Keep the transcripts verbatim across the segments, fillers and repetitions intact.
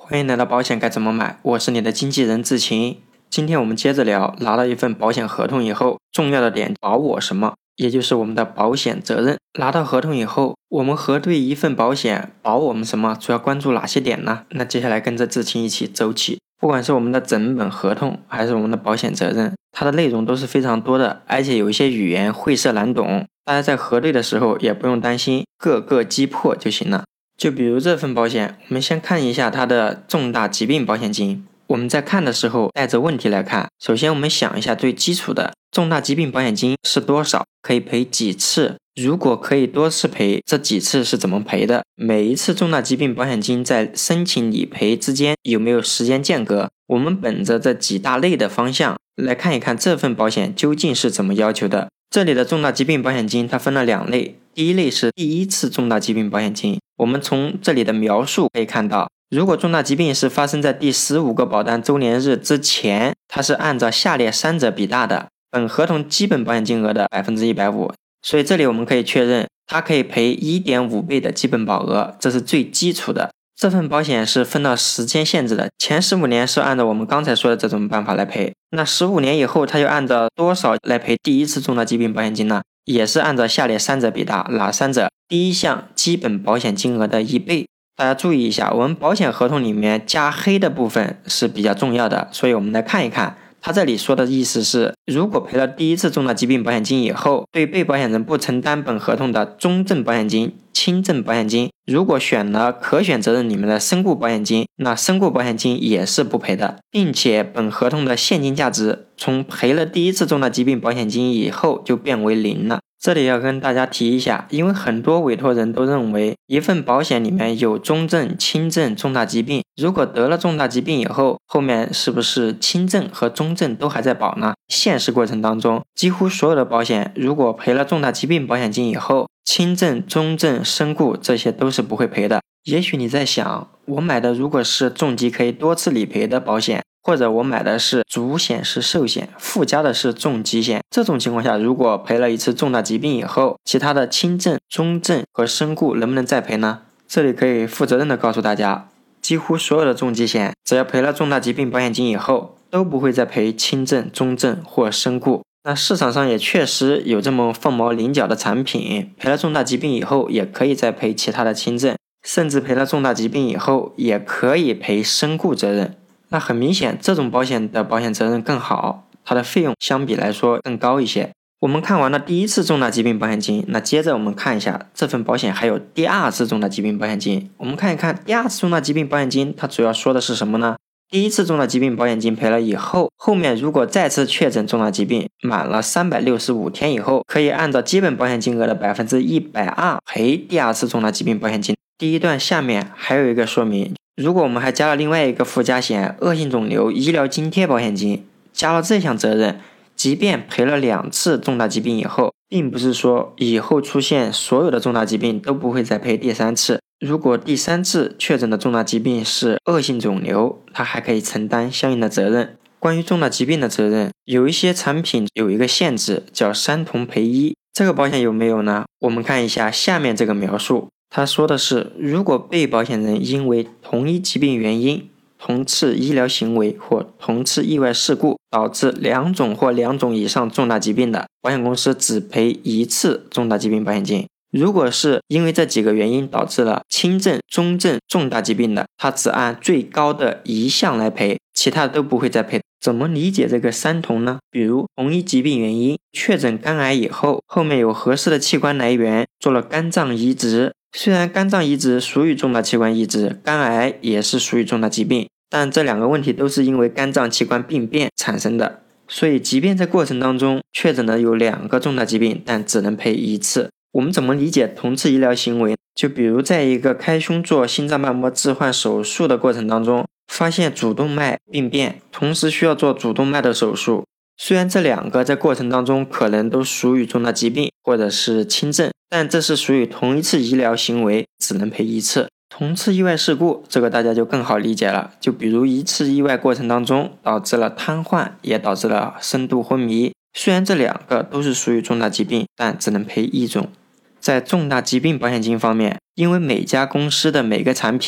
欢迎来到保险该怎么买，我是你的经纪人志勤。今天我们接着聊，拿到一份保险合同以后，重要的点保我什么，也就是我们的保险责任。拿到合同以后，我们核对一份保险保我们什么，主要关注哪些点呢？那接下来跟着志勤一起走起。不管是我们的整本合同还是我们的保险责任，它的内容都是非常多的，而且有一些语言晦涩难懂，大家在核对的时候也不用担心，各个击破就行了。就比如这份保险，我们先看一下它的重大疾病保险金。我们在看的时候带着问题来看，首先我们想一下最基础的重大疾病保险金是多少，可以赔几次，如果可以多次赔，这几次是怎么赔的，每一次重大疾病保险金在申请理赔之间有没有时间间隔。我们本着这几大类的方向来看一看这份保险究竟是怎么要求的。这里的重大疾病保险金它分了两类，第一类是第一次重大疾病保险金。我们从这里的描述可以看到，如果重大疾病是发生在第十五个保单周年日之前，它是按照下列三者比大的本合同基本保险金额的 百分之一百五十， 所以这里我们可以确认它可以赔 一点五 倍的基本保额，这是最基础的。这份保险是分到时间限制的，前十五年是按照我们刚才说的这种办法来赔，那十五年以后它又按照多少来赔第一次重大疾病保险金呢？也是按照下列三者比大，哪三者？第一项基本保险金额的一倍。大家注意一下，我们保险合同里面加黑的部分是比较重要的，所以我们来看一看，他这里说的意思是，如果赔了第一次重大疾病保险金以后，对被保险人不承担本合同的中症保险金、轻症保险金，如果选了可选责任里面的身故保险金，那身故保险金也是不赔的，并且本合同的现金价值从赔了第一次重大疾病保险金以后就变为零了。这里要跟大家提一下，因为很多委托人都认为一份保险里面有中症、轻症、重大疾病，如果得了重大疾病以后，后面是不是轻症和中症都还在保呢？现实过程当中，几乎所有的保险如果赔了重大疾病保险金以后，轻症、中症、身故这些都是不会赔的。也许你在想，我买的如果是重疾可以多次理赔的保险，或者我买的是主险是寿险，附加的是重疾险，这种情况下如果赔了一次重大疾病以后，其他的轻症、中症和身故能不能再赔呢？这里可以负责任的告诉大家，几乎所有的重疾险只要赔了重大疾病保险金以后，都不会再赔轻症、中症或身故。那市场上也确实有这么凤毛麟角的产品，赔了重大疾病以后也可以再赔其他的轻症，甚至赔了重大疾病以后也可以赔身故责任。那很明显，这种保险的保险责任更好，它的费用相比来说更高一些。我们看完了第一次重大疾病保险金，那接着我们看一下这份保险还有第二次重大疾病保险金。我们看一看第二次重大疾病保险金，它主要说的是什么呢？第一次重大疾病保险金赔了以后，后面如果再次确诊重大疾病，满了三百六十五天以后，可以按照基本保险金额的 百分之一百二十 赔第二次重大疾病保险金。第一段下面还有一个说明，如果我们还加了另外一个附加险恶性肿瘤医疗津贴保险金，加了这项责任，即便赔了两次重大疾病以后，并不是说以后出现所有的重大疾病都不会再赔第三次。如果第三次确诊的重大疾病是恶性肿瘤，它还可以承担相应的责任。关于重大疾病的责任，有一些产品有一个限制，叫三同赔一，这个保险有没有呢？我们看一下下面这个描述，他说的是，如果被保险人因为同一疾病原因、同次医疗行为或同次意外事故导致两种或两种以上重大疾病的，保险公司只赔一次重大疾病保险金。如果是因为这几个原因导致了轻症、中症、重大疾病的，它只按最高的一项来赔，其他的都不会再赔。怎么理解这个三同呢？比如同一疾病原因确诊肝癌以后，后面有合适的器官来源做了肝脏移植，虽然肝脏移植属于重大器官移植，肝癌也是属于重大疾病，但这两个问题都是因为肝脏器官病变产生的，所以即便在过程当中确诊的有两个重大疾病，但只能赔一次。我们怎么理解同次医疗行为？就比如在一个开胸做心脏瓣膜置换手术的过程当中，发现主动脉病变，同时需要做主动脉的手术。虽然这两个在过程当中可能都属于重大疾病或者是轻症，但这是属于同一次医疗行为，只能赔一次。同次意外事故，这个大家就更好理解了，就比如一次意外过程当中导致了瘫痪，也导致了深度昏迷，虽然这两个都是属于重大疾病，但只能赔一种。在重大疾病保险金方面，因为每家公司的每个产品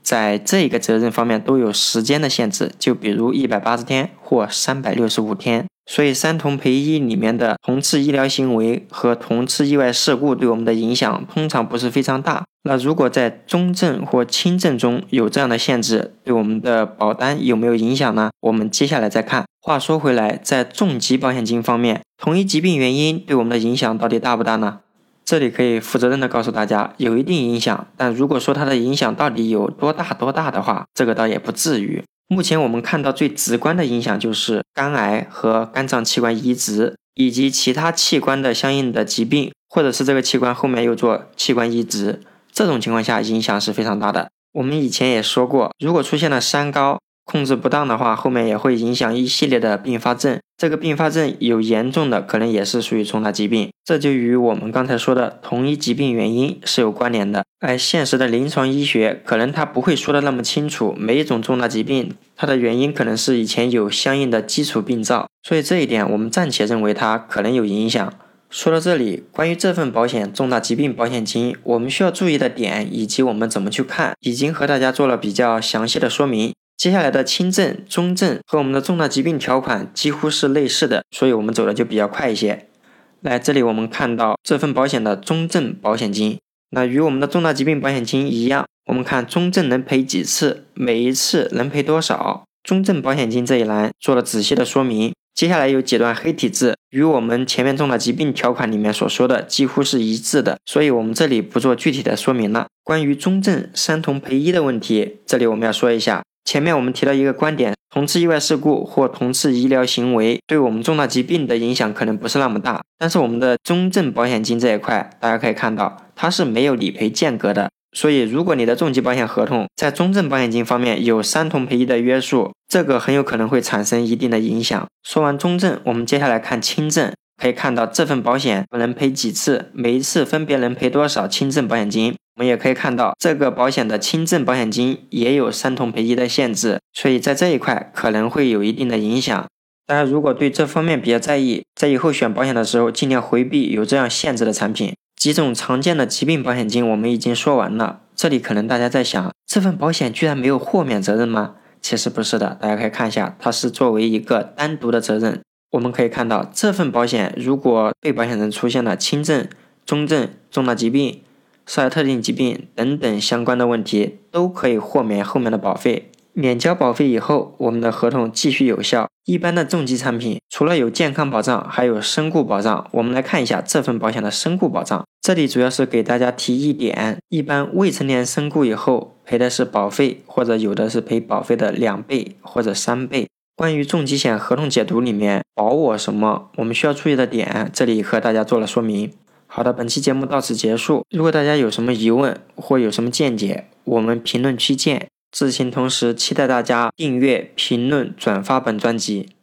在这个责任方面都有时间的限制，就比如一百八十天或三百六十五天。所以三同赔一里面的同次医疗行为和同次意外事故对我们的影响通常不是非常大。那如果在中症或轻症中有这样的限制，对我们的保单有没有影响呢？我们接下来再看。话说回来，在重疾保险金方面，同一疾病原因对我们的影响到底大不大呢？这里可以负责任的告诉大家，有一定影响，但如果说它的影响到底有多大多大的话，这个倒也不至于。目前我们看到最直观的影响就是肝癌和肝脏器官移植，以及其他器官的相应的疾病，或者是这个器官后面又做器官移植，这种情况下影响是非常大的。我们以前也说过，如果出现了三高控制不当的话，后面也会影响一系列的并发症，这个并发症有严重的，可能也是属于重大疾病，这就与我们刚才说的同一疾病原因是有关联的。而现实的临床医学可能它不会说的那么清楚，每一种重大疾病它的原因可能是以前有相应的基础病灶，所以这一点我们暂且认为它可能有影响。说到这里，关于这份保险重大疾病保险金，我们需要注意的点以及我们怎么去看，已经和大家做了比较详细的说明。接下来的轻症、中症和我们的重大疾病条款几乎是类似的，所以我们走的就比较快一些。来，这里我们看到这份保险的中症保险金，那与我们的重大疾病保险金一样，我们看中症能赔几次，每一次能赔多少。中症保险金这一栏做了仔细的说明，接下来有几段黑体字，与我们前面重大疾病条款里面所说的几乎是一致的，所以我们这里不做具体的说明了。关于中症三同赔一的问题，这里我们要说一下。前面我们提到一个观点，同次意外事故或同次医疗行为对我们重大疾病的影响可能不是那么大，但是我们的中症保险金这一块，大家可以看到它是没有理赔间隔的，所以如果你的重疾保险合同在中症保险金方面有三同赔一的约束，这个很有可能会产生一定的影响。说完中症，我们接下来看轻症，可以看到这份保险能赔几次，每一次分别能赔多少轻症保险金。我们也可以看到这个保险的轻症保险金也有三同赔一的限制，所以在这一块可能会有一定的影响。大家如果对这方面比较在意，在以后选保险的时候尽量回避有这样限制的产品。几种常见的疾病保险金我们已经说完了，这里可能大家在想，这份保险居然没有豁免责任吗？其实不是的，大家可以看一下，它是作为一个单独的责任。我们可以看到这份保险如果被保险人出现了轻症、中症、重大疾病、涉外特定疾病等等相关的问题，都可以豁免后面的保费。免交保费以后，我们的合同继续有效。一般的重疾产品除了有健康保障，还有身故保障。我们来看一下这份保险的身故保障，这里主要是给大家提一点，一般未成年身故以后赔的是保费，或者有的是赔保费的两倍或者三倍。关于重疾险合同解读里面保我什么，我们需要注意的点，这里和大家做了说明。好的，本期节目到此结束。如果大家有什么疑问或有什么见解，我们评论区见。知情同时，期待大家订阅、评论、转发本专辑。